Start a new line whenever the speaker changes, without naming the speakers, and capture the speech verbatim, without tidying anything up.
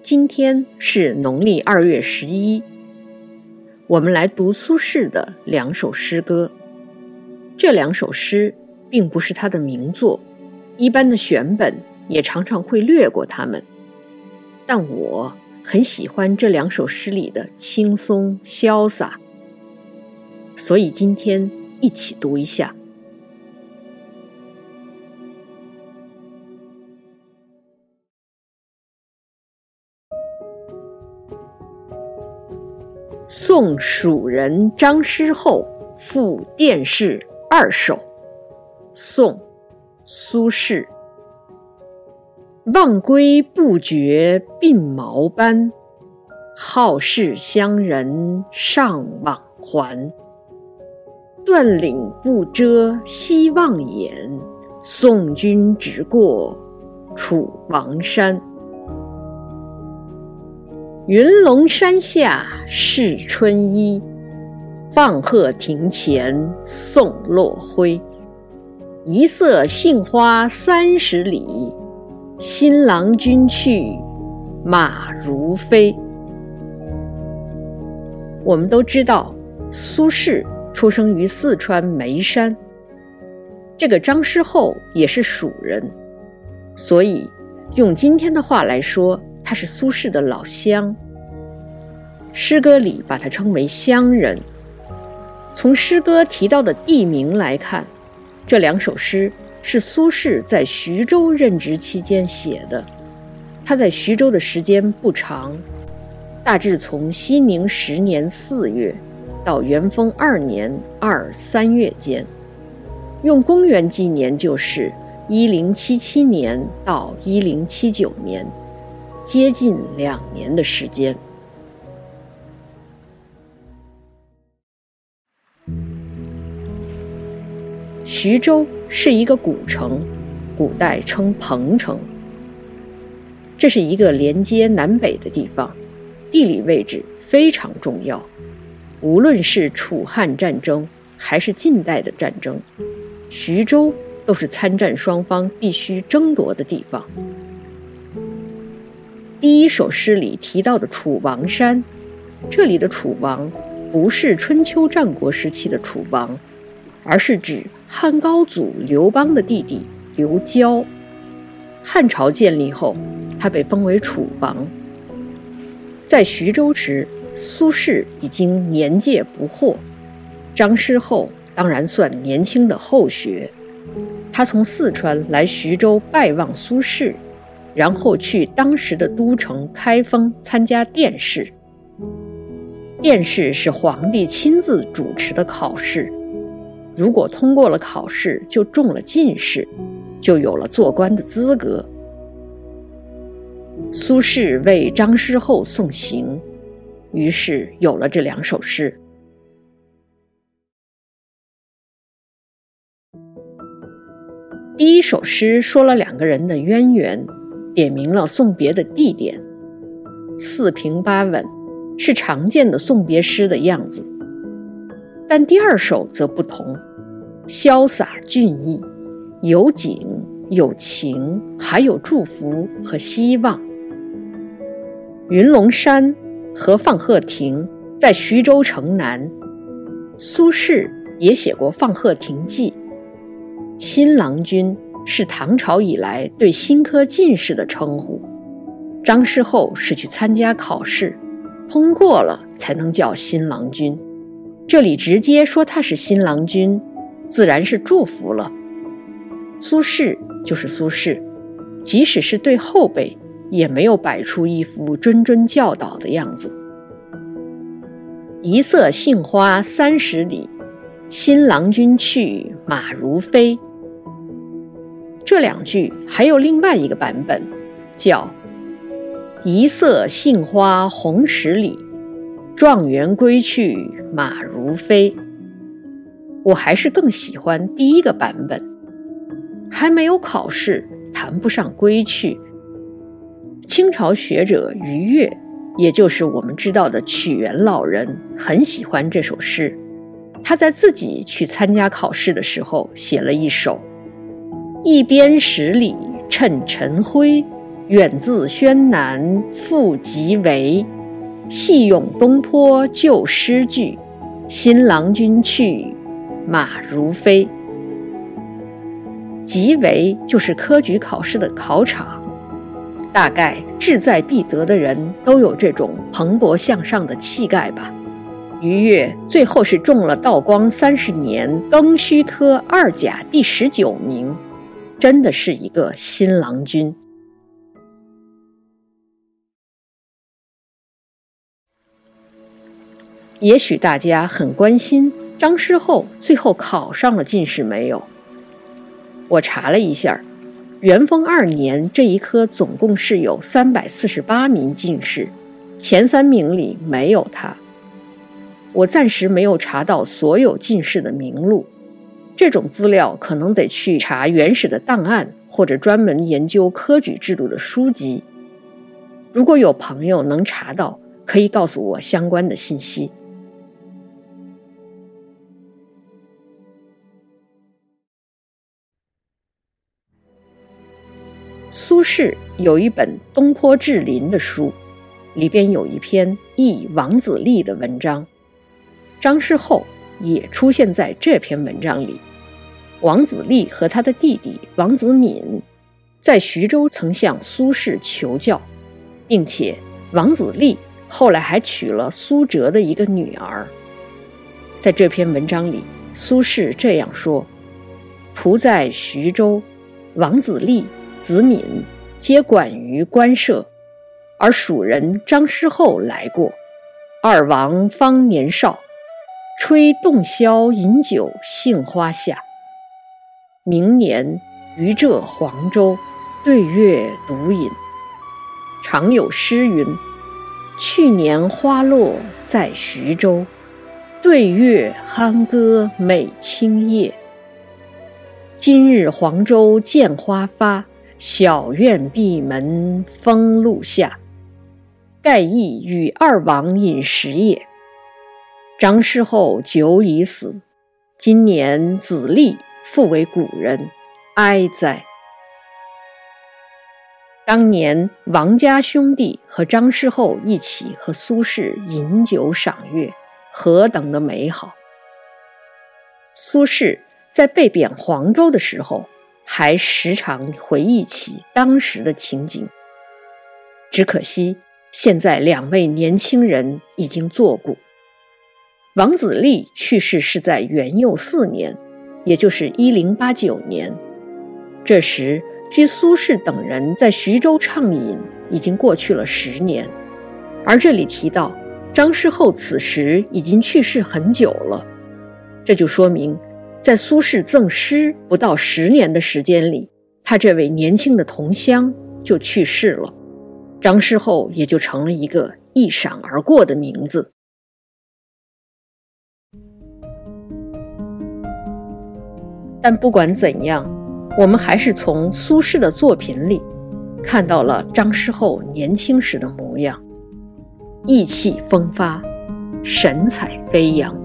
今天是农历二月十一，我们来读苏轼的两首诗歌。这两首诗并不是他的名作，一般的选本也常常会略过它们，但我很喜欢这两首诗里的轻松潇洒，所以今天一起读一下。宋蜀人张师厚赋殿试二首。宋，苏轼。望归不觉鬓毛斑，好事乡人尚往还。断岭不遮西望眼，送君直过楚王山。云龙山下是春衣，放鹤亭前送落晖。一色杏花三十里，新郎君去，马如飞。我们都知道，苏轼出生于四川眉山，这个张师厚也是蜀人，所以用今天的话来说，他是苏轼的老乡。诗歌里把他称为乡人。从诗歌提到的地名来看，这两首诗是苏轼在徐州任职期间写的。他在徐州的时间不长，大致从熙宁十年四月到元丰二年二三月间，用公元纪年就是一零七七年到一零七九年，接近两年的时间。徐州是一个古城，古代称彭城。这是一个连接南北的地方，地理位置非常重要。无论是楚汉战争还是近代的战争，徐州都是参战双方必须争夺的地方。第一首诗里提到的楚王山，这里的楚王不是春秋战国时期的楚王，而是指汉高祖刘邦的弟弟刘交。汉朝建立后，他被封为楚王。在徐州时，苏轼已经年届不惑，张师厚当然算年轻的后学。他从四川来徐州拜望苏轼，然后去当时的都城开封参加殿试。殿试是皇帝亲自主持的考试，如果通过了考试，就中了进士，就有了做官的资格。苏轼为张师厚送行，于是有了这两首诗。第一首诗说了两个人的渊源，点明了送别的地点，四平八稳，是常见的送别诗的样子。但第二首则不同，潇洒俊逸，有景有情，还有祝福和希望。云龙山和放鹤亭在徐州城南，苏轼也写过《放鹤亭记》。新郎君是唐朝以来对新科进士的称呼，张师厚是去参加考试，通过了才能叫新郎君。这里直接说他是新郎君，自然是祝福了。苏轼就是苏轼，即使是对后辈，也没有摆出一副谆谆教导的样子。一色杏花三十里，新郎君去，马如飞。这两句还有另外一个版本，叫一色杏花红十里，状元归去马如飞。我还是更喜欢第一个版本，还没有考试，谈不上归去。清朝学者余岳，也就是我们知道的曲园老人，很喜欢这首诗。他在自己去参加考试的时候写了一首：一边十里趁晨晖， 远自宣南复急为，细咏东坡旧诗句，新郎君去，马如飞。急为就是科举考试的考场，大概志在必得的人都有这种蓬勃向上的气概吧。于越最后是中了道光三十年庚戌科二甲第十九名，真的是一个新郎君。也许大家很关心张师厚最后考上了进士没有？我查了一下，元丰二年这一科总共是有三百四十八名进士，前三名里没有他。我暂时没有查到所有进士的名录，这种资料可能得去查原始的档案，或者专门研究科举制度的书籍。如果有朋友能查到，可以告诉我相关的信息。苏轼有一本《东坡志林》的书，里边有一篇忆王子立的文章，张师厚也出现在这篇文章里。王子立和他的弟弟王子敏在徐州曾向苏轼求教，并且王子立后来还娶了苏辙的一个女儿。在这篇文章里，苏轼这样说：仆在徐州，王子立、子敏皆管于官舍，而蜀人张师厚来过，二王方年少，吹洞箫饮酒杏花下。明年于浙黄州，对月独饮。常有诗云：去年花落在徐州，对月酣歌美清夜。今日黄州见花发，小院闭门风露下。盖亦与二王饮食也。张师厚久已死，今年子立复为古人，哀哉！当年王家兄弟和张师厚一起和苏轼饮酒赏月，何等的美好！苏轼在被贬黄州的时候，还时常回忆起当时的情景。只可惜现在两位年轻人已经作古。王子立去世是在元佑四年，也就是一零八九年。这时距苏轼等人在徐州畅饮已经过去了十年，而这里提到张师厚此时已经去世很久了，这就说明在苏轼赠诗不到十年的时间里，他这位年轻的同乡就去世了，张师厚也就成了一个一闪而过的名字。但不管怎样，我们还是从苏轼的作品里看到了张师厚年轻时的模样，意气风发，神采飞扬。